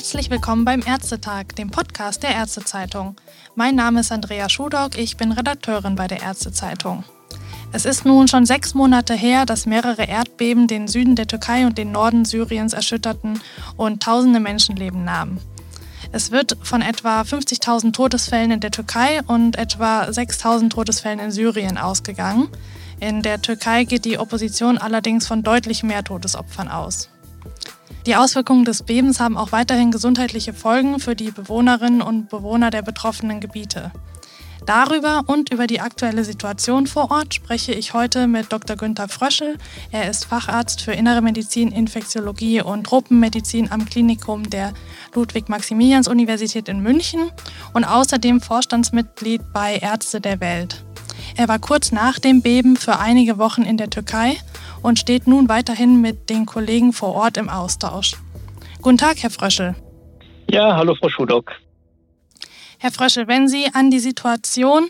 Herzlich willkommen beim Ärztetag, dem Podcast der Ärztezeitung. Mein Name ist Andrea Schudock, ich bin Redakteurin bei der Ärztezeitung. Es ist nun schon 6 Monate her, dass mehrere Erdbeben den Süden der Türkei und den Norden Syriens erschütterten und tausende Menschenleben nahmen. Es wird von etwa 50.000 Todesfällen in der Türkei und etwa 6.000 Todesfällen in Syrien ausgegangen. In der Türkei geht die Opposition allerdings von deutlich mehr Todesopfern aus. Die Auswirkungen des Bebens haben auch weiterhin gesundheitliche Folgen für die Bewohnerinnen und Bewohner der betroffenen Gebiete. Darüber und über die aktuelle Situation vor Ort spreche ich heute mit Dr. Günther Fröschel. Er ist Facharzt für Innere Medizin, Infektiologie und Tropenmedizin am Klinikum der Ludwig-Maximilians-Universität in München und außerdem Vorstandsmitglied bei Ärzte der Welt. Er war kurz nach dem Beben für einige Wochen in der Türkei und steht nun weiterhin mit den Kollegen vor Ort im Austausch. Guten Tag, Herr Fröschel. Ja, hallo Frau Schudock. Herr Fröschel, wenn Sie an die Situation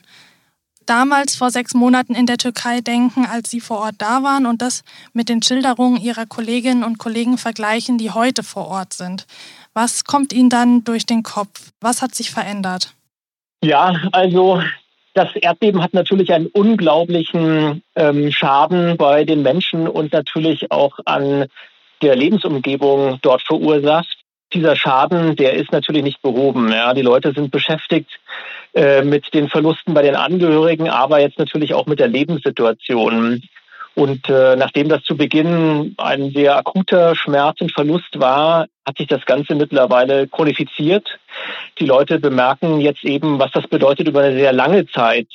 damals vor 6 Monaten in der Türkei denken, als Sie vor Ort da waren und das mit den Schilderungen Ihrer Kolleginnen und Kollegen vergleichen, die heute vor Ort sind, was kommt Ihnen dann durch den Kopf? Was hat sich verändert? Ja, also das Erdbeben hat natürlich einen unglaublichen Schaden bei den Menschen und natürlich auch an der Lebensumgebung dort verursacht. Dieser Schaden, der ist natürlich nicht behoben. Ja. Die Leute sind beschäftigt mit den Verlusten bei den Angehörigen, aber jetzt natürlich auch mit der Lebenssituation. Und nachdem das zu Beginn ein sehr akuter Schmerz und Verlust war, hat sich das Ganze mittlerweile chronifiziert. Die Leute bemerken jetzt eben, was das bedeutet, über eine sehr lange Zeit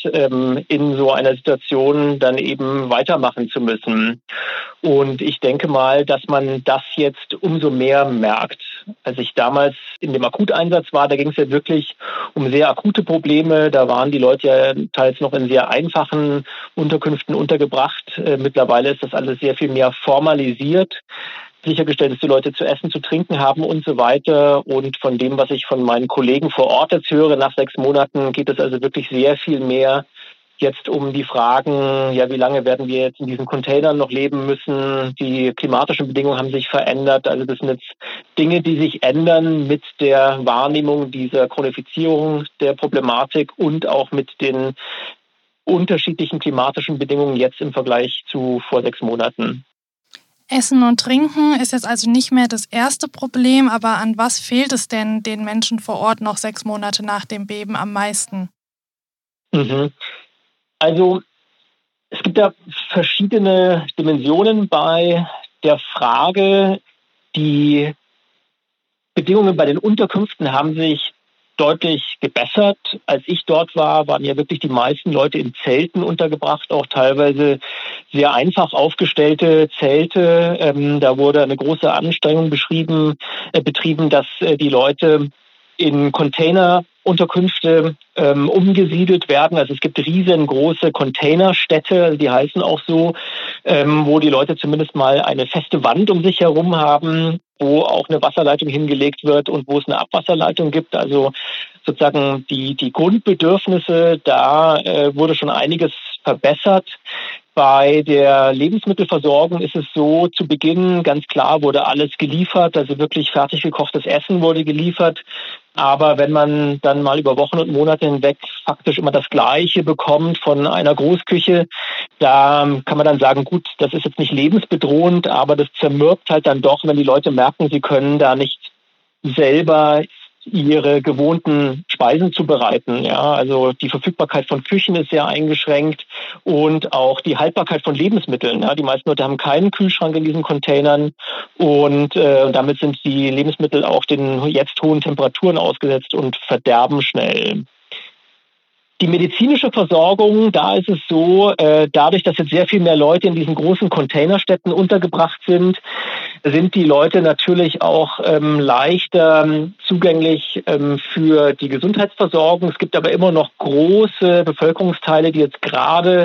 in so einer Situation dann eben weitermachen zu müssen. Und ich denke mal, dass man das jetzt umso mehr merkt. Als ich damals in dem Akuteinsatz war, da ging es ja wirklich um sehr akute Probleme. Da waren die Leute ja teils noch in sehr einfachen Unterkünften untergebracht. Mittlerweile ist das alles sehr viel mehr formalisiert. Sichergestellt, dass die Leute zu essen, zu trinken haben und so weiter. Und von dem, was ich von meinen Kollegen vor Ort jetzt höre, nach 6 Monaten geht es also wirklich sehr viel mehr jetzt um die Fragen, ja, wie lange werden wir jetzt in diesen Containern noch leben müssen? Die klimatischen Bedingungen haben sich verändert. Also das sind jetzt Dinge, die sich ändern mit der Wahrnehmung dieser Chronifizierung der Problematik und auch mit den unterschiedlichen klimatischen Bedingungen jetzt im Vergleich zu vor 6 Monaten. Essen und Trinken ist jetzt also nicht mehr das erste Problem, aber an was fehlt es denn den Menschen vor Ort noch 6 Monate nach dem Beben am meisten? Also es gibt da verschiedene Dimensionen bei der Frage. Die Bedingungen bei den Unterkünften haben sich deutlich gebessert. Als ich dort war, waren ja wirklich die meisten Leute in Zelten untergebracht, auch teilweise sehr einfach aufgestellte Zelte. Da wurde eine große Anstrengung betrieben, dass die Leute in Containerunterkünfte umgesiedelt werden. Also es gibt riesengroße Containerstädte, also die heißen auch so, wo die Leute zumindest mal eine feste Wand um sich herum haben, wo auch eine Wasserleitung hingelegt wird und wo es eine Abwasserleitung gibt. Also sozusagen die Grundbedürfnisse, da wurde schon einiges verbessert. Bei der Lebensmittelversorgung ist es so, zu Beginn ganz klar wurde alles geliefert, also wirklich fertig gekochtes Essen wurde geliefert. Aber wenn man dann mal über Wochen und Monate hinweg faktisch immer das Gleiche bekommt von einer Großküche, da kann man dann sagen, gut, das ist jetzt nicht lebensbedrohend, aber das zermürbt halt dann doch, wenn die Leute merken, sie können da nicht selber ihre gewohnten Speisen zubereiten. Ja, also die Verfügbarkeit von Küchen ist sehr eingeschränkt und auch die Haltbarkeit von Lebensmitteln. Ja, die meisten Leute haben keinen Kühlschrank in diesen Containern und damit sind die Lebensmittel auch den jetzt hohen Temperaturen ausgesetzt und verderben schnell. Die medizinische Versorgung, da ist es so, dadurch, dass jetzt sehr viel mehr Leute in diesen großen Containerstädten untergebracht sind die Leute natürlich auch leichter zugänglich für die Gesundheitsversorgung. Es gibt aber immer noch große Bevölkerungsteile, die jetzt gerade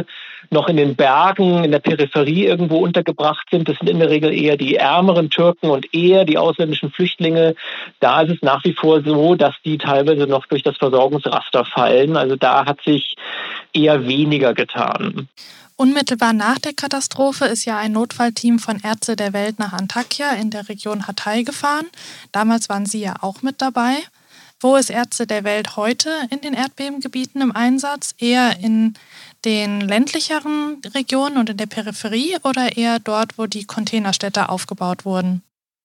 noch in den Bergen, in der Peripherie irgendwo untergebracht sind. Das sind in der Regel eher die ärmeren Türken und eher die ausländischen Flüchtlinge. Da ist es nach wie vor so, dass die teilweise noch durch das Versorgungsraster fallen. Also da hat sich eher weniger getan. Unmittelbar nach der Katastrophe ist ja ein Notfallteam von Ärzte der Welt nach Antakya in der Region Hatay gefahren. Damals waren Sie ja auch mit dabei. Wo ist Ärzte der Welt heute in den Erdbebengebieten im Einsatz? Eher in den ländlicheren Regionen und in der Peripherie oder eher dort, wo die Containerstädte aufgebaut wurden?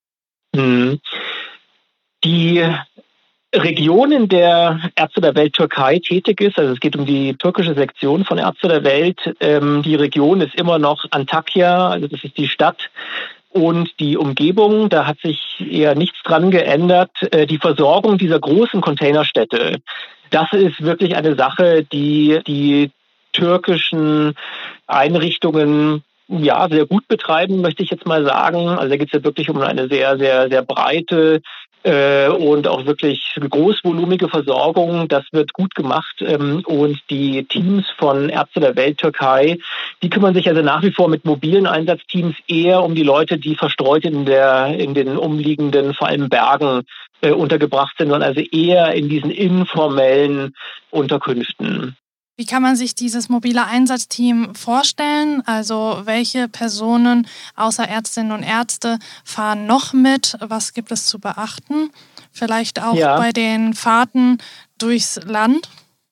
Die Region, in der Ärzte der Welt Türkei tätig ist, also es geht um die türkische Sektion von Ärzte der Welt, die Region ist immer noch Antakya, also das ist die Stadt und die Umgebung, da hat sich eher nichts dran geändert. Die Versorgung dieser großen Containerstädte, das ist wirklich eine Sache, die die türkischen Einrichtungen sehr gut betreiben, möchte ich jetzt mal sagen. Also da geht es ja wirklich um eine sehr, sehr, sehr breite und auch wirklich großvolumige Versorgung. Das wird gut gemacht. Und die Teams von Ärzte der Welt Türkei, die kümmern sich also nach wie vor mit mobilen Einsatzteams eher um die Leute, die verstreut in den umliegenden, vor allem Bergen, untergebracht sind, sondern also eher in diesen informellen Unterkünften. Wie kann man sich dieses mobile Einsatzteam vorstellen? Also welche Personen außer Ärztinnen und Ärzte fahren noch mit? Was gibt es zu beachten? Vielleicht auch bei den Fahrten durchs Land?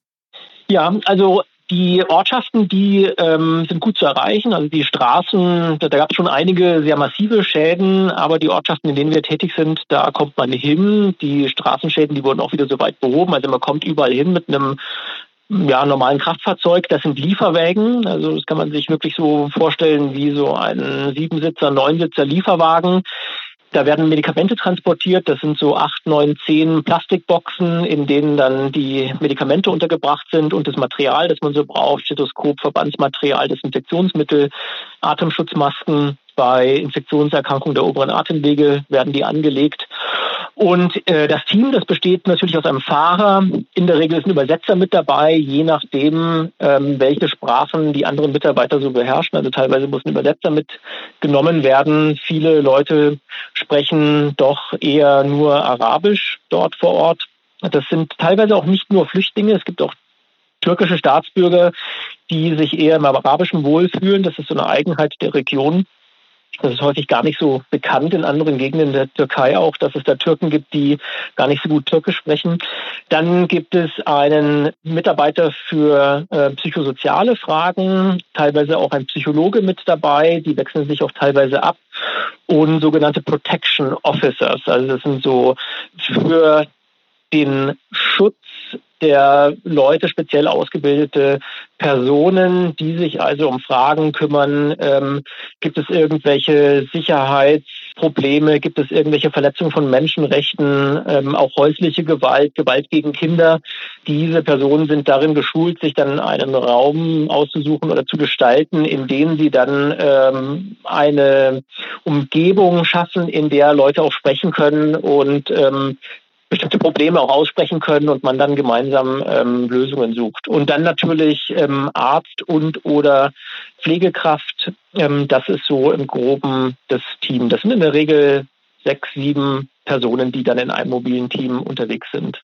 Ja, also die Ortschaften, die sind gut zu erreichen. Also die Straßen, da gab es schon einige sehr massive Schäden, aber die Ortschaften, in denen wir tätig sind, da kommt man hin. Die Straßenschäden, die wurden auch wieder soweit behoben. Also man kommt überall hin mit einem normalen Kraftfahrzeug. Das sind Lieferwägen. Also das kann man sich wirklich so vorstellen wie so ein 7-Sitzer, 9-Sitzer Lieferwagen. Da werden Medikamente transportiert. Das sind so 8, 9, 10 Plastikboxen, in denen dann die Medikamente untergebracht sind und das Material, das man so braucht. Stethoskop, Verbandsmaterial, Desinfektionsmittel, Atemschutzmasken. Bei Infektionserkrankungen der oberen Atemwege werden die angelegt. Und das Team, das besteht natürlich aus einem Fahrer. In der Regel ist ein Übersetzer mit dabei, je nachdem, welche Sprachen die anderen Mitarbeiter so beherrschen. Also teilweise muss ein Übersetzer mitgenommen werden. Viele Leute sprechen doch eher nur Arabisch dort vor Ort. Das sind teilweise auch nicht nur Flüchtlinge. Es gibt auch türkische Staatsbürger, die sich eher im Arabischen wohlfühlen. Das ist so eine Eigenheit der Region. Das ist häufig gar nicht so bekannt in anderen Gegenden der Türkei auch, dass es da Türken gibt, die gar nicht so gut Türkisch sprechen. Dann gibt es einen Mitarbeiter für psychosoziale Fragen, teilweise auch ein Psychologe mit dabei, die wechseln sich auch teilweise ab, und sogenannte Protection Officers. Also das sind so für den Schutz der Leute speziell ausgebildete Personen, die sich also um Fragen kümmern. Gibt es irgendwelche Sicherheitsprobleme? Gibt es irgendwelche Verletzungen von Menschenrechten? Auch häusliche Gewalt, Gewalt gegen Kinder. Diese Personen sind darin geschult, sich dann einen Raum auszusuchen oder zu gestalten, in dem sie dann eine Umgebung schaffen, in der Leute auch sprechen können und bestimmte Probleme auch aussprechen können und man dann gemeinsam Lösungen sucht. Und dann natürlich Arzt und oder Pflegekraft. Das ist so im Groben das Team. Das sind in der Regel 6, 7 Personen, die dann in einem mobilen Team unterwegs sind.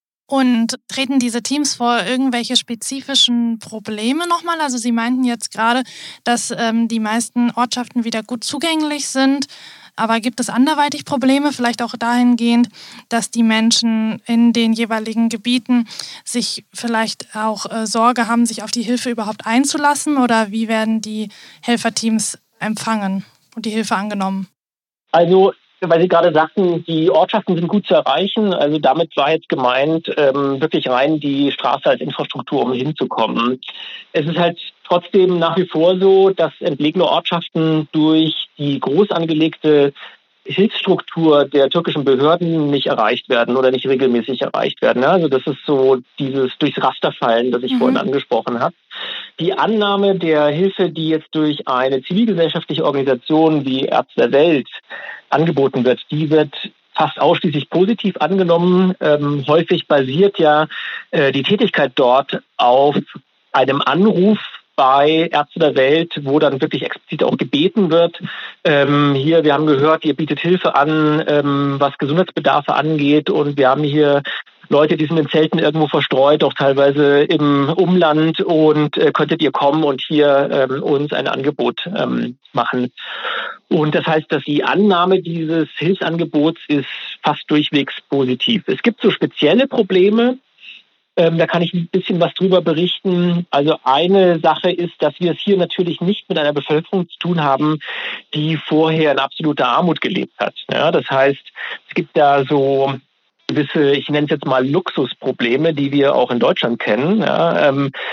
Und treten diese Teams vor irgendwelche spezifischen Probleme nochmal? Also Sie meinten jetzt gerade, dass die meisten Ortschaften wieder gut zugänglich sind. Aber gibt es anderweitig Probleme, vielleicht auch dahingehend, dass die Menschen in den jeweiligen Gebieten sich vielleicht auch Sorge haben, sich auf die Hilfe überhaupt einzulassen? Oder wie werden die Helferteams empfangen und die Hilfe angenommen? Also, weil Sie gerade sagten, die Ortschaften sind gut zu erreichen. Also damit war jetzt gemeint, wirklich rein die Straße als Infrastruktur, um hinzukommen. Es ist halt trotzdem nach wie vor so, dass entlegene Ortschaften durch die groß angelegte Hilfsstruktur der türkischen Behörden nicht erreicht werden oder nicht regelmäßig erreicht werden. Also das ist so dieses durchs Raster fallen, das ich vorhin angesprochen habe. Die Annahme der Hilfe, die jetzt durch eine zivilgesellschaftliche Organisation wie Ärzte der Welt angeboten wird, die wird fast ausschließlich positiv angenommen. Häufig basiert ja die Tätigkeit dort auf einem Anruf bei Ärzte der Welt, wo dann wirklich explizit auch gebeten wird. Hier, wir haben gehört, ihr bietet Hilfe an, was Gesundheitsbedarfe angeht, und wir haben hier Leute, die sind in Zelten irgendwo verstreut, auch teilweise im Umland, und könntet ihr kommen und hier uns ein Angebot machen. Und das heißt, dass die Annahme dieses Hilfsangebots ist fast durchwegs positiv. Es gibt so spezielle Probleme. Da kann ich ein bisschen was drüber berichten. Also eine Sache ist, dass wir es hier natürlich nicht mit einer Bevölkerung zu tun haben, die vorher in absoluter Armut gelebt hat. Ja, das heißt, es gibt da so gewisse, ich nenne es jetzt mal Luxusprobleme, die wir auch in Deutschland kennen. Ja,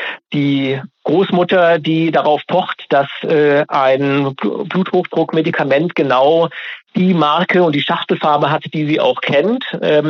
die Großmutter, die darauf pocht, dass ein Bluthochdruckmedikament genau die Marke und die Schachtelfarbe hat, die sie auch kennt.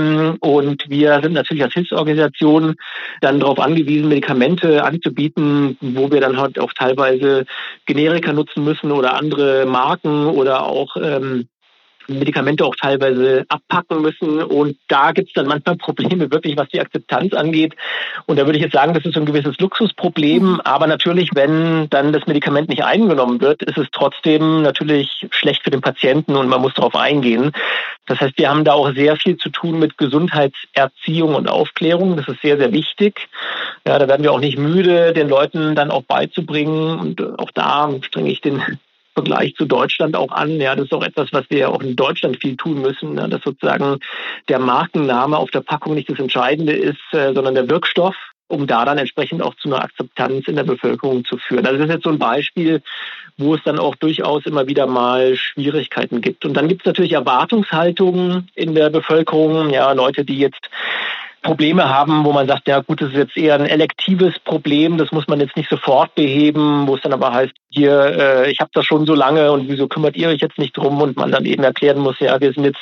Und wir sind natürlich als Hilfsorganisation dann darauf angewiesen, Medikamente anzubieten, wo wir dann halt auch teilweise Generika nutzen müssen oder andere Marken oder auch Medikamente auch teilweise abpacken müssen, und da gibt es dann manchmal Probleme, wirklich was die Akzeptanz angeht. Und da würde ich jetzt sagen, das ist so ein gewisses Luxusproblem, aber natürlich, wenn dann das Medikament nicht eingenommen wird, ist es trotzdem natürlich schlecht für den Patienten und man muss darauf eingehen. Das heißt, wir haben da auch sehr viel zu tun mit Gesundheitserziehung und Aufklärung. Das ist sehr, sehr wichtig. Ja, da werden wir auch nicht müde, den Leuten dann auch beizubringen, und auch da strenge ich den Vergleich zu Deutschland auch an. Ja, das ist auch etwas, was wir auch in Deutschland viel tun müssen, ne? Dass sozusagen der Markenname auf der Packung nicht das Entscheidende ist, sondern der Wirkstoff, um da dann entsprechend auch zu einer Akzeptanz in der Bevölkerung zu führen. Also das ist jetzt so ein Beispiel, wo es dann auch durchaus immer wieder mal Schwierigkeiten gibt. Und dann gibt es natürlich Erwartungshaltungen in der Bevölkerung, ja, Leute, die jetzt Probleme haben, wo man sagt, ja gut, das ist jetzt eher ein elektives Problem, das muss man jetzt nicht sofort beheben, wo es dann aber heißt, hier, ich habe das schon so lange und wieso kümmert ihr euch jetzt nicht drum, und man dann eben erklären muss, ja, wir sind jetzt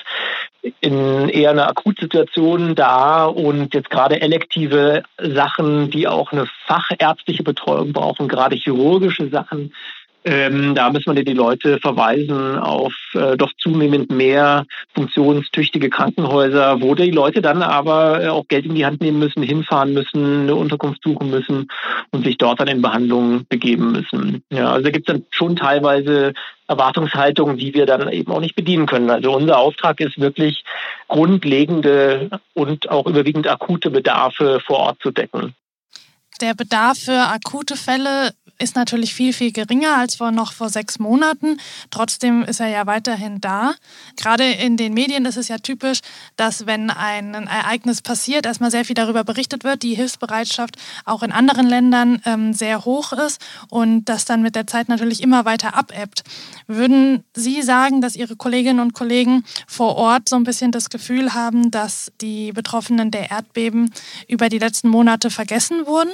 in eher einer Akutsituation da, und jetzt gerade elektive Sachen, die auch eine fachärztliche Betreuung brauchen, gerade chirurgische Sachen, da müssen wir die Leute verweisen auf doch zunehmend mehr funktionstüchtige Krankenhäuser, wo die Leute dann aber auch Geld in die Hand nehmen müssen, hinfahren müssen, eine Unterkunft suchen müssen und sich dort dann in Behandlung begeben müssen. Ja, also da gibt es dann schon teilweise Erwartungshaltungen, die wir dann eben auch nicht bedienen können. Also unser Auftrag ist wirklich, grundlegende und auch überwiegend akute Bedarfe vor Ort zu decken. Der Bedarf für akute Fälle ist natürlich viel, viel geringer als noch vor 6 Monaten. Trotzdem ist er ja weiterhin da. Gerade in den Medien ist es ja typisch, dass wenn ein Ereignis passiert, erstmal sehr viel darüber berichtet wird, die Hilfsbereitschaft auch in anderen Ländern sehr hoch ist und das dann mit der Zeit natürlich immer weiter abebbt. Würden Sie sagen, dass Ihre Kolleginnen und Kollegen vor Ort so ein bisschen das Gefühl haben, dass die Betroffenen der Erdbeben über die letzten Monate vergessen wurden?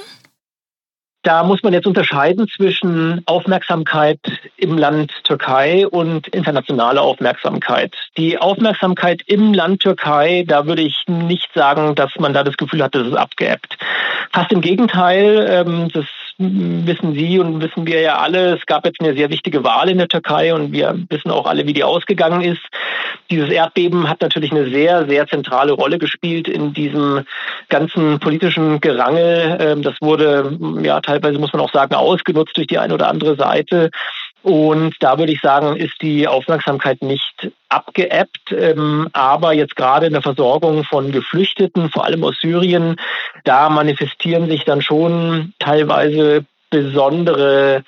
Da muss man jetzt unterscheiden zwischen Aufmerksamkeit im Land Türkei und internationale Aufmerksamkeit. Die Aufmerksamkeit im Land Türkei, da würde ich nicht sagen, dass man da das Gefühl hat, das ist abgeebbt. Fast im Gegenteil, das wissen Sie und wissen wir ja alle, es gab jetzt eine sehr wichtige Wahl in der Türkei und wir wissen auch alle, wie die ausgegangen ist. Dieses Erdbeben hat natürlich eine sehr, sehr zentrale Rolle gespielt in diesem ganzen politischen Gerangel. Das wurde ja teilweise, muss man auch sagen, ausgenutzt durch die eine oder andere Seite. Und da würde ich sagen, ist die Aufmerksamkeit nicht abgeebbt. Aber jetzt gerade in der Versorgung von Geflüchteten, vor allem aus Syrien, da manifestieren sich dann schon teilweise besondere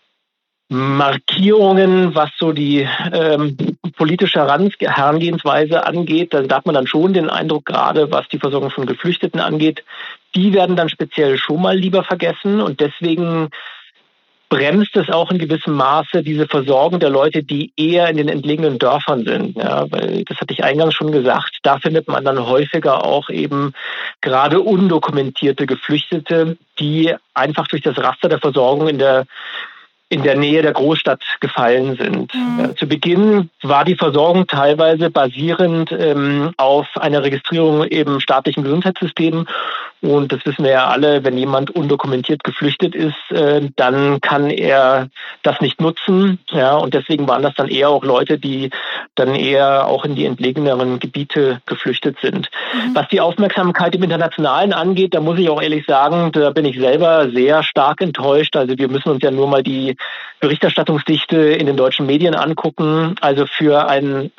Markierungen, was so die politische Herangehensweise angeht. Da hat man dann schon den Eindruck, gerade was die Versorgung von Geflüchteten angeht, die werden dann speziell schon mal lieber vergessen. Und deswegen bremst es auch in gewissem Maße diese Versorgung der Leute, die eher in den entlegenen Dörfern sind. Ja, weil, das hatte ich eingangs schon gesagt, da findet man dann häufiger auch eben gerade undokumentierte Geflüchtete, die einfach durch das Raster der Versorgung in in der Nähe der Großstadt gefallen sind. Zu Beginn war die Versorgung teilweise basierend auf einer Registrierung im staatlichen Gesundheitssystem. Und das wissen wir ja alle, wenn jemand undokumentiert geflüchtet ist, dann kann er das nicht nutzen. Ja, und deswegen waren das dann eher auch Leute, die dann eher auch in die entlegeneren Gebiete geflüchtet sind. Was die Aufmerksamkeit im Internationalen angeht, da muss ich auch ehrlich sagen, da bin ich selber sehr stark enttäuscht. Also wir müssen uns ja nur mal die Berichterstattungsdichte in den deutschen Medien angucken. Also für ein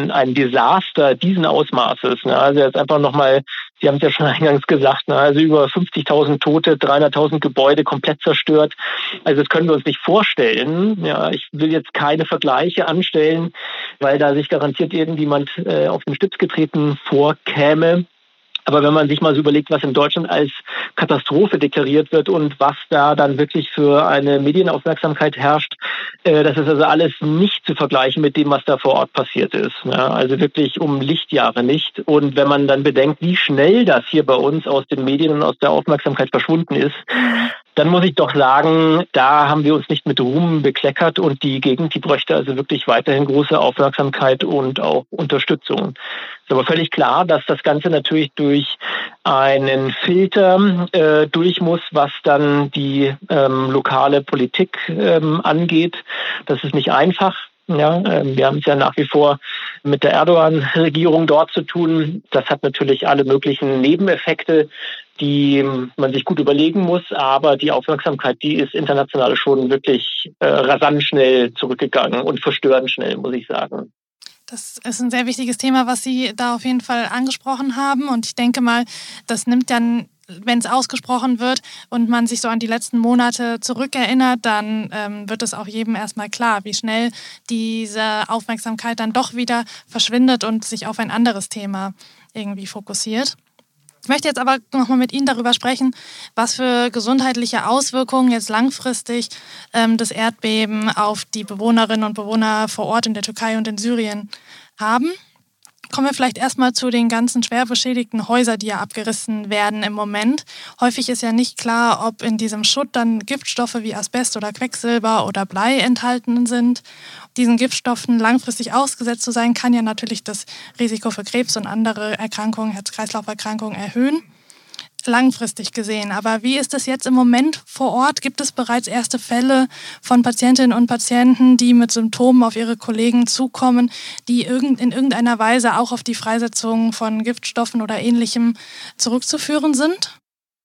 Desaster diesen Ausmaßes, ne? Also jetzt einfach nochmal, Sie haben es ja schon eingangs gesagt, ne? Also über 50.000 Tote, 300.000 Gebäude komplett zerstört. Also das können wir uns nicht vorstellen. Ja, ich will jetzt keine Vergleiche anstellen, weil da sich garantiert irgendjemand auf den Stips getreten vorkäme. Aber wenn man sich mal so überlegt, was in Deutschland als Katastrophe deklariert wird und was da dann wirklich für eine Medienaufmerksamkeit herrscht, das ist also alles nicht zu vergleichen mit dem, was da vor Ort passiert ist. Ja, also wirklich um Lichtjahre nicht. Und wenn man dann bedenkt, wie schnell das hier bei uns aus den Medien und aus der Aufmerksamkeit verschwunden ist, dann muss ich doch sagen, da haben wir uns nicht mit Ruhm bekleckert und die Gegend, die bräuchte also wirklich weiterhin große Aufmerksamkeit und auch Unterstützung. Es ist aber völlig klar, dass das Ganze natürlich durch einen Filter durch muss, was dann die lokale Politik angeht. Das ist nicht einfach. Ja, wir haben es ja nach wie vor mit der Erdogan-Regierung dort zu tun. Das hat natürlich alle möglichen Nebeneffekte, die man sich gut überlegen muss. Aber die Aufmerksamkeit, die ist international schon wirklich rasant schnell zurückgegangen und verstörend schnell, muss ich sagen. Das ist ein sehr wichtiges Thema, was Sie da auf jeden Fall angesprochen haben. Und ich denke mal, das nimmt dann, wenn es ausgesprochen wird und man sich so an die letzten Monate zurückerinnert, dann wird es auch jedem erstmal klar, wie schnell diese Aufmerksamkeit dann doch wieder verschwindet und sich auf ein anderes Thema irgendwie fokussiert. Ich möchte jetzt aber nochmal mit Ihnen darüber sprechen, was für gesundheitliche Auswirkungen jetzt langfristig das Erdbeben auf die Bewohnerinnen und Bewohner vor Ort in der Türkei und in Syrien haben. Kommen wir vielleicht erstmal zu den ganzen schwer beschädigten Häusern, die ja abgerissen werden im Moment. Häufig ist ja nicht klar, ob in diesem Schutt dann Giftstoffe wie Asbest oder Quecksilber oder Blei enthalten sind. Diesen Giftstoffen langfristig ausgesetzt zu sein, kann ja natürlich das Risiko für Krebs und andere Erkrankungen, Herz-Kreislauf-Erkrankungen erhöhen. Langfristig gesehen. Aber wie ist es jetzt im Moment vor Ort? Gibt es bereits erste Fälle von Patientinnen und Patienten, die mit Symptomen auf ihre Kollegen zukommen, die in irgendeiner Weise auch auf die Freisetzung von Giftstoffen oder Ähnlichem zurückzuführen sind?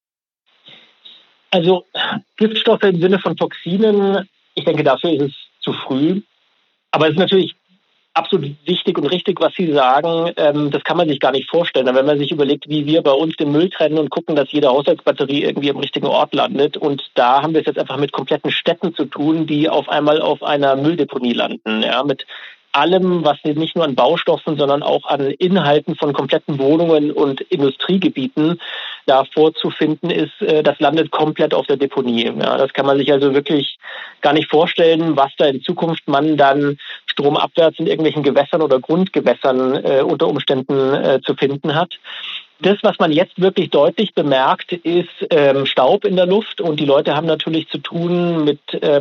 Also Giftstoffe im Sinne von Toxinen, ich denke, dafür ist es zu früh. Aber es ist natürlich absolut wichtig und richtig, was Sie sagen. Das kann man sich gar nicht vorstellen. Wenn man sich überlegt, wie wir bei uns den Müll trennen und gucken, dass jede Haushaltsbatterie irgendwie am richtigen Ort landet. Und da haben wir es jetzt einfach mit kompletten Städten zu tun, die auf einmal auf einer Mülldeponie landen. Ja, mit allem, was nicht nur an Baustoffen, sondern auch an Inhalten von kompletten Wohnungen und Industriegebieten da vorzufinden ist, das landet komplett auf der Deponie. Ja, das kann man sich also wirklich gar nicht vorstellen, was da in Zukunft man dann stromabwärts in irgendwelchen Gewässern oder Grundgewässern unter Umständen zu finden hat. Das, was man jetzt wirklich deutlich bemerkt, ist Staub in der Luft. Und die Leute haben natürlich zu tun mit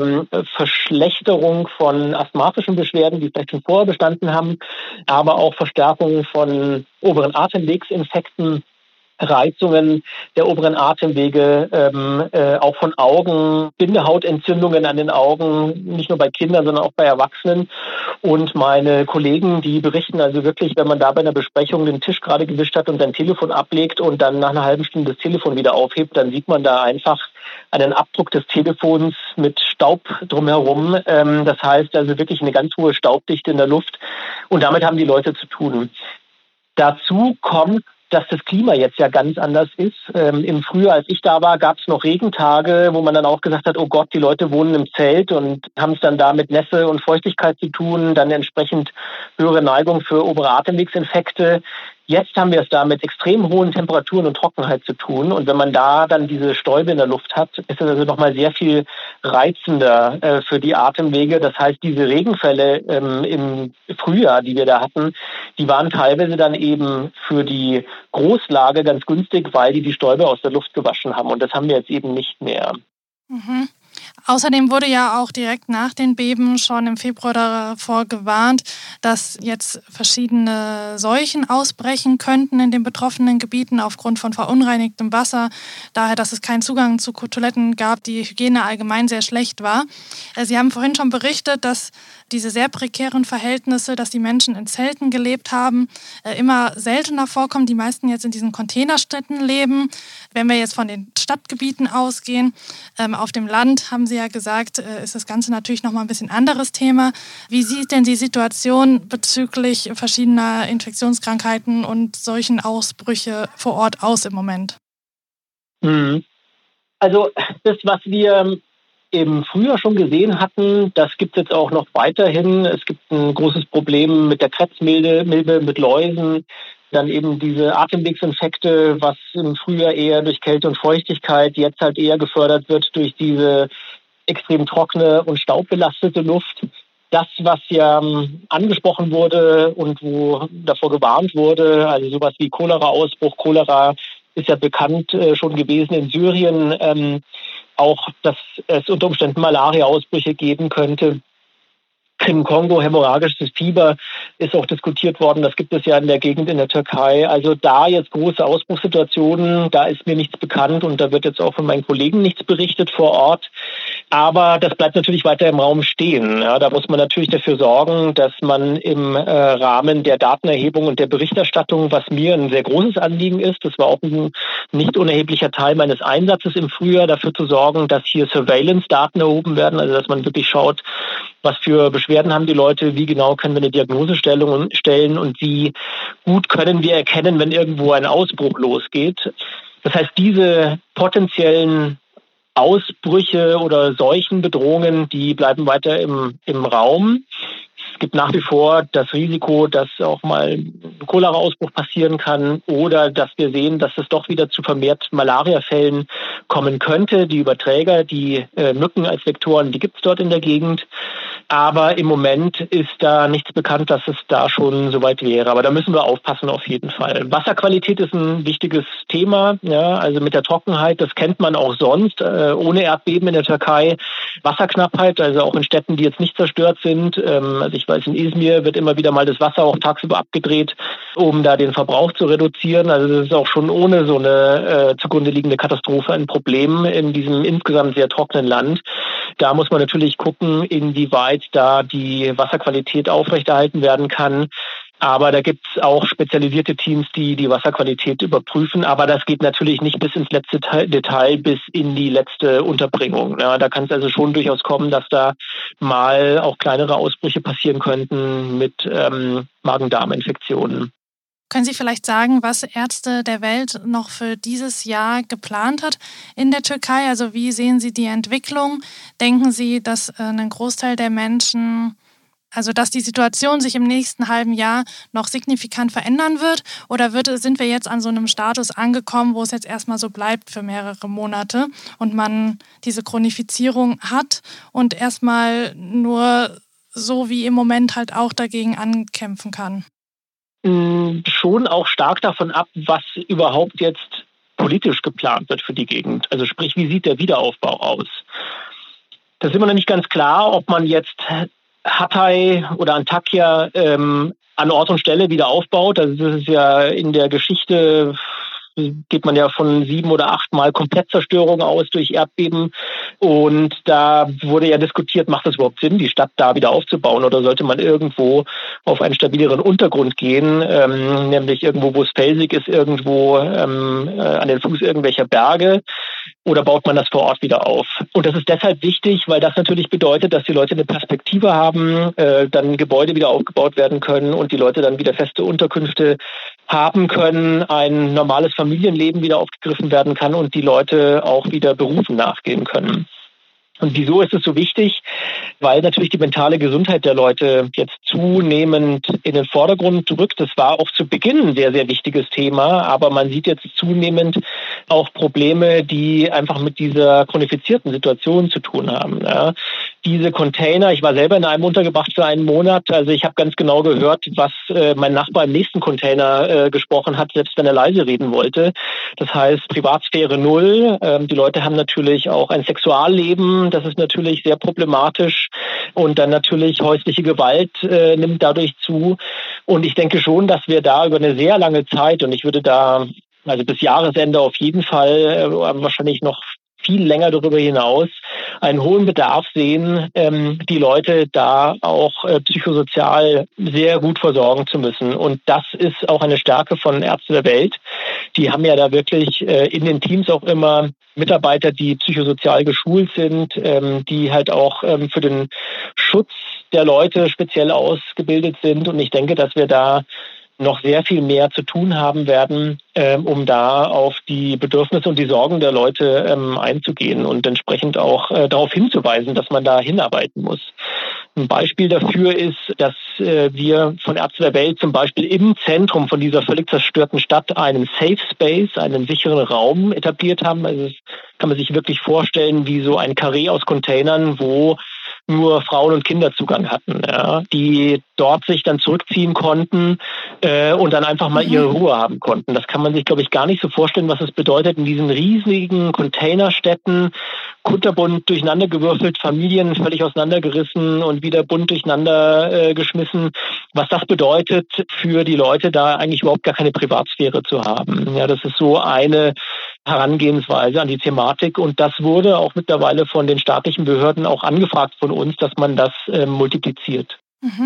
Verschlechterung von asthmatischen Beschwerden, die vielleicht schon vorher bestanden haben, aber auch Verstärkung von oberen Atemwegsinfekten, Reizungen der oberen Atemwege, auch von Augen, Bindehautentzündungen an den Augen, nicht nur bei Kindern, sondern auch bei Erwachsenen. Und meine Kollegen, die berichten also wirklich, wenn man da bei einer Besprechung den Tisch gerade gewischt hat und sein Telefon ablegt und dann nach einer halben Stunde das Telefon wieder aufhebt, dann sieht man da einfach einen Abdruck des Telefons mit Staub drumherum. Das heißt also wirklich eine ganz hohe Staubdichte in der Luft. Und damit haben die Leute zu tun. Dazu kommt, dass das Klima jetzt ja ganz anders ist. Im Frühjahr, als ich da war, gab es noch Regentage, wo man dann auch gesagt hat, oh Gott, die Leute wohnen im Zelt und haben es dann da mit Nässe und Feuchtigkeit zu tun, dann entsprechend höhere Neigung für obere Atemwegsinfekte. Jetzt haben wir es da mit extrem hohen Temperaturen und Trockenheit zu tun. Und wenn man da dann diese Stäube in der Luft hat, ist es also nochmal sehr viel reizender für die Atemwege. Das heißt, diese Regenfälle im Frühjahr, die wir da hatten, die waren teilweise dann eben für die Großlage ganz günstig, weil die Stäube aus der Luft gewaschen haben. Und das haben wir jetzt eben nicht mehr. Mhm. Außerdem wurde ja auch direkt nach den Beben schon im Februar davor gewarnt, dass jetzt verschiedene Seuchen ausbrechen könnten in den betroffenen Gebieten aufgrund von verunreinigtem Wasser. Daher, dass es keinen Zugang zu Toiletten gab, die Hygiene allgemein sehr schlecht war. Sie haben vorhin schon berichtet, dass diese sehr prekären Verhältnisse, dass die Menschen in Zelten gelebt haben, immer seltener vorkommen. Die meisten jetzt in diesen Containerstädten leben. Wenn wir jetzt von den Stadtgebieten ausgehen, auf dem Land, haben Sie ja gesagt, ist das Ganze natürlich nochmal ein bisschen anderes Thema. Wie sieht denn die Situation bezüglich verschiedener Infektionskrankheiten und solchen Ausbrüche vor Ort aus im Moment? Also das, was wir im Frühjahr schon gesehen hatten, das gibt es jetzt auch noch weiterhin. Es gibt ein großes Problem mit der Krebsmilbe, mit Läusen, dann eben diese Atemwegsinfekte, was im Frühjahr eher durch Kälte und Feuchtigkeit jetzt halt eher gefördert wird durch diese extrem trockene und staubbelastete Luft. Das, was ja angesprochen wurde und wo davor gewarnt wurde, also sowas wie Cholera-Ausbruch. Cholera ist ja bekannt schon gewesen in Syrien, auch, dass es unter Umständen Malaria-Ausbrüche geben könnte. Im Kongo, hämorrhagisches Fieber ist auch diskutiert worden. Das gibt es ja in der Gegend in der Türkei. Also da jetzt große Ausbruchssituationen, da ist mir nichts bekannt und da wird jetzt auch von meinen Kollegen nichts berichtet vor Ort. Aber das bleibt natürlich weiter im Raum stehen. Ja, da muss man natürlich dafür sorgen, dass man im Rahmen der Datenerhebung und der Berichterstattung, was mir ein sehr großes Anliegen ist, das war auch ein nicht unerheblicher Teil meines Einsatzes im Frühjahr, dafür zu sorgen, dass hier Surveillance-Daten erhoben werden, also dass man wirklich schaut, was für Beschwerden haben die Leute, wie genau können wir eine Diagnose stellen und wie gut können wir erkennen, wenn irgendwo ein Ausbruch losgeht. Das heißt, diese potenziellen Ausbrüche oder Seuchenbedrohungen, die bleiben weiter im Raum. Es gibt nach wie vor das Risiko, dass auch mal ein Cholera-Ausbruch passieren kann oder dass wir sehen, dass es doch wieder zu vermehrt Malariafällen kommen könnte. Die Überträger, die Mücken als Vektoren, die gibt es dort in der Gegend. Aber im Moment ist da nichts bekannt, dass es da schon soweit wäre. Aber da müssen wir aufpassen auf jeden Fall. Wasserqualität ist ein wichtiges Thema. Ja, also mit der Trockenheit, das kennt man auch sonst, ohne Erdbeben in der Türkei. Wasserknappheit, also auch in Städten, die jetzt nicht zerstört sind. Also ich weiß, in Izmir wird immer wieder mal das Wasser auch tagsüber abgedreht, um da den Verbrauch zu reduzieren. Also das ist auch schon ohne so eine zugrunde liegende Katastrophe ein Problem in diesem insgesamt sehr trockenen Land. Da muss man natürlich gucken, inwieweit da die Wasserqualität aufrechterhalten werden kann. Aber da gibt es auch spezialisierte Teams, die die Wasserqualität überprüfen. Aber das geht natürlich nicht bis ins letzte Detail, bis in die letzte Unterbringung. Ja, da kann es also schon durchaus kommen, dass da mal auch kleinere Ausbrüche passieren könnten mit Magen-Darm-Infektionen. Können Sie vielleicht sagen, was Ärzte der Welt noch für dieses Jahr geplant hat in der Türkei? Also wie sehen Sie die Entwicklung? Denken Sie, dass ein Großteil der Menschen, also dass die Situation sich im nächsten halben Jahr noch signifikant verändern wird? Oder sind wir jetzt an so einem Status angekommen, wo es jetzt erstmal so bleibt für mehrere Monate und man diese Chronifizierung hat und erstmal nur so wie im Moment halt auch dagegen ankämpfen kann? Schon auch stark davon ab, was überhaupt jetzt politisch geplant wird für die Gegend. Also sprich, wie sieht der Wiederaufbau aus? Das ist immer noch nicht ganz klar, ob man jetzt Hatay oder Antakya an Ort und Stelle wieder aufbaut. Also das ist ja in der Geschichte, geht man ja von 7 oder 8 Mal Komplettzerstörung aus durch Erdbeben. Und da wurde ja diskutiert, macht es überhaupt Sinn, die Stadt da wieder aufzubauen oder sollte man irgendwo auf einen stabileren Untergrund gehen, nämlich irgendwo, wo es felsig ist, irgendwo an den Fuß irgendwelcher Berge, oder baut man das vor Ort wieder auf? Und das ist deshalb wichtig, weil das natürlich bedeutet, dass die Leute eine Perspektive haben, dann Gebäude wieder aufgebaut werden können und die Leute dann wieder feste Unterkünfte haben können, ein normales Familienleben wieder aufgegriffen werden kann und die Leute auch wieder Berufen nachgehen können. Und wieso ist es so wichtig? Weil natürlich die mentale Gesundheit der Leute jetzt zunehmend in den Vordergrund rückt. Das war auch zu Beginn ein sehr, sehr wichtiges Thema, aber man sieht jetzt zunehmend auch Probleme, die einfach mit dieser chronifizierten Situation zu tun haben. Ja. diese Container, ich war selber in einem untergebracht für einen Monat, also ich habe ganz genau gehört, was mein Nachbar im nächsten Container gesprochen hat, selbst wenn er leise reden wollte. Das heißt Privatsphäre null. Die Leute haben natürlich auch ein Sexualleben, das ist natürlich sehr problematisch, und dann natürlich häusliche Gewalt nimmt dadurch zu. Und ich denke schon, dass wir da über eine sehr lange Zeit, und ich würde da also bis Jahresende auf jeden Fall, wahrscheinlich noch viel länger darüber hinaus, einen hohen Bedarf sehen, die Leute da auch psychosozial sehr gut versorgen zu müssen. Und das ist auch eine Stärke von Ärzte der Welt. Die haben ja da wirklich in den Teams auch immer Mitarbeiter, die psychosozial geschult sind, die halt auch für den Schutz der Leute speziell ausgebildet sind. Und ich denke, dass wir da noch sehr viel mehr zu tun haben werden, um da auf die Bedürfnisse und die Sorgen der Leute einzugehen und entsprechend auch darauf hinzuweisen, dass man da hinarbeiten muss. Ein Beispiel dafür ist, dass wir von Ärzte der Welt zum Beispiel im Zentrum von dieser völlig zerstörten Stadt einen Safe Space, einen sicheren Raum etabliert haben. Also das kann man sich wirklich vorstellen wie so ein Karree aus Containern, wo nur Frauen und Kinder Zugang hatten, ja, die dort sich dann zurückziehen konnten und dann einfach mal ihre Ruhe haben konnten. Das kann man sich, glaube ich, gar nicht so vorstellen, was es bedeutet, in diesen riesigen Containerstädten, kunterbunt durcheinandergewürfelt, Familien völlig auseinandergerissen und wieder bunt durcheinander geschmissen, was das bedeutet für die Leute, da eigentlich überhaupt gar keine Privatsphäre zu haben. Ja, das ist so eine Herangehensweise an die Thematik, und das wurde auch mittlerweile von den staatlichen Behörden auch angefragt von uns, dass man das multipliziert.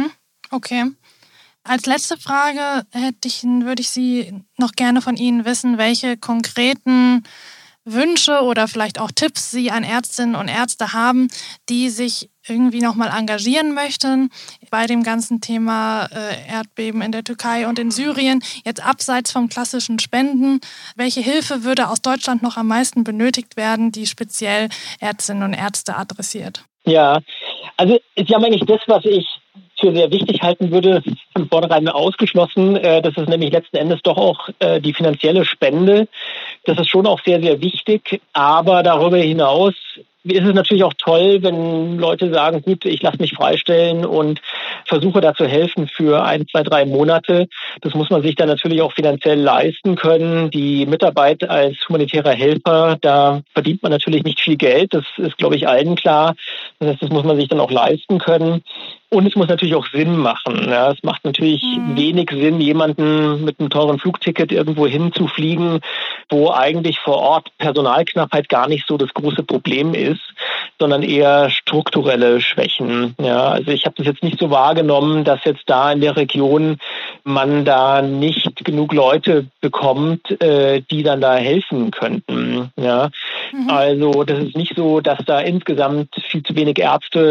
Okay. Als letzte Frage würde ich Sie noch gerne von Ihnen wissen, welche konkreten Wünsche oder vielleicht auch Tipps Sie an Ärztinnen und Ärzte haben, die sich irgendwie nochmal engagieren möchten bei dem ganzen Thema Erdbeben in der Türkei und in Syrien, jetzt abseits vom klassischen Spenden. Welche Hilfe würde aus Deutschland noch am meisten benötigt werden, die speziell Ärztinnen und Ärzte adressiert? Ja, also Sie haben eigentlich das, was ich für sehr wichtig halten würde, von vornherein ausgeschlossen. Das ist nämlich letzten Endes doch auch die finanzielle Spende. Das ist schon auch sehr, sehr wichtig. Aber darüber hinaus ist es natürlich auch toll, wenn Leute sagen, gut, ich lasse mich freistellen und versuche da zu helfen für 1, 2, 3 Monate. Das muss man sich dann natürlich auch finanziell leisten können. Die Mitarbeit als humanitärer Helfer, da verdient man natürlich nicht viel Geld. Das ist, glaube ich, allen klar. Das heißt, das muss man sich dann auch leisten können. Und es muss natürlich auch Sinn machen. Ja, es macht natürlich wenig Sinn, jemanden mit einem teuren Flugticket irgendwo hinzufliegen, wo eigentlich vor Ort Personalknappheit gar nicht so das große Problem ist, sondern eher strukturelle Schwächen. Ja, also ich habe das jetzt nicht so wahrgenommen, dass jetzt da in der Region man da nicht genug Leute bekommt, die dann da helfen könnten. Ja, also das ist nicht so, dass da insgesamt viel zu wenig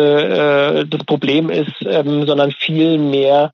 Ärzte das Problem ist, sondern viel mehr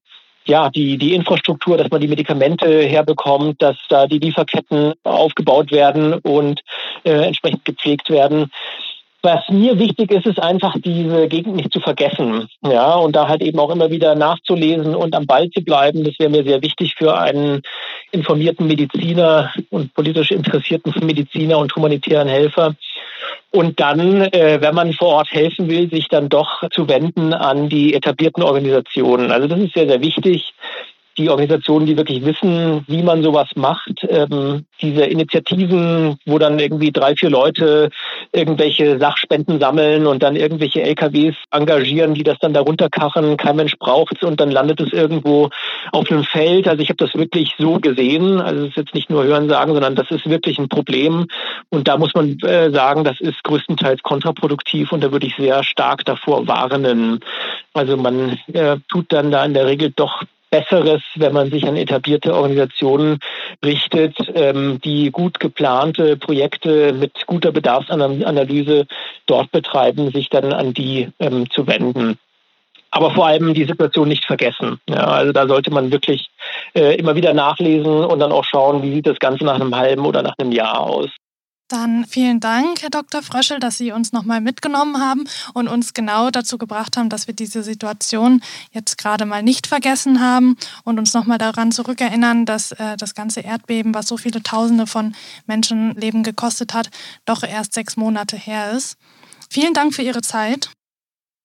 die Infrastruktur, dass man die Medikamente herbekommt, dass da die Lieferketten aufgebaut werden und entsprechend gepflegt werden. Was mir wichtig ist, ist einfach, diese Gegend nicht zu vergessen. Ja, und da halt eben auch immer wieder nachzulesen und am Ball zu bleiben. Das wäre mir sehr wichtig für einen informierten Mediziner und politisch interessierten Mediziner und humanitären Helfer. Und dann, wenn man vor Ort helfen will, sich dann doch zu wenden an die etablierten Organisationen. Also das ist sehr, sehr wichtig. Die Organisationen, die wirklich wissen, wie man sowas macht, diese Initiativen, wo dann irgendwie 3, 4 Leute irgendwelche Sachspenden sammeln und dann irgendwelche LKWs engagieren, die das dann da runterkarren, kein Mensch braucht es und dann landet es irgendwo auf einem Feld. Also ich habe das wirklich so gesehen. Also es ist jetzt nicht nur Hörensagen, sondern das ist wirklich ein Problem. Und da muss man sagen, das ist größtenteils kontraproduktiv und da würde ich sehr stark davor warnen. Also man tut dann da in der Regel doch Besseres, wenn man sich an etablierte Organisationen richtet, die gut geplante Projekte mit guter Bedarfsanalyse dort betreiben, sich dann an die zu wenden. Aber vor allem die Situation nicht vergessen. Ja, also da sollte man wirklich immer wieder nachlesen und dann auch schauen, wie sieht das Ganze nach einem halben oder nach einem Jahr aus. Dann vielen Dank, Herr Dr. Fröschel, dass Sie uns nochmal mitgenommen haben und uns genau dazu gebracht haben, dass wir diese Situation jetzt gerade mal nicht vergessen haben und uns nochmal daran zurückerinnern, dass das ganze Erdbeben, was so viele Tausende von Menschenleben gekostet hat, doch erst 6 Monate her ist. Vielen Dank für Ihre Zeit.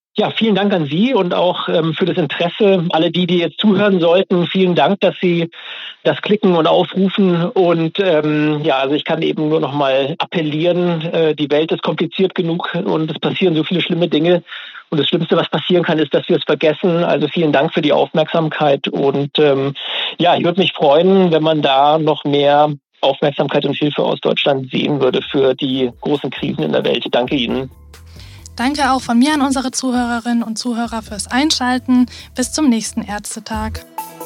Ja, vielen Dank an Sie und auch für das Interesse. Alle die jetzt zuhören sollten, vielen Dank, dass Sie das klicken und aufrufen. Und also ich kann eben nur noch mal appellieren, die Welt ist kompliziert genug und es passieren so viele schlimme Dinge. Und das Schlimmste, was passieren kann, ist, dass wir es vergessen. Also vielen Dank für die Aufmerksamkeit. Und ich würde mich freuen, wenn man da noch mehr Aufmerksamkeit und Hilfe aus Deutschland sehen würde für die großen Krisen in der Welt. Danke Ihnen. Danke auch von mir an unsere Zuhörerinnen und Zuhörer fürs Einschalten. Bis zum nächsten Ärztetag.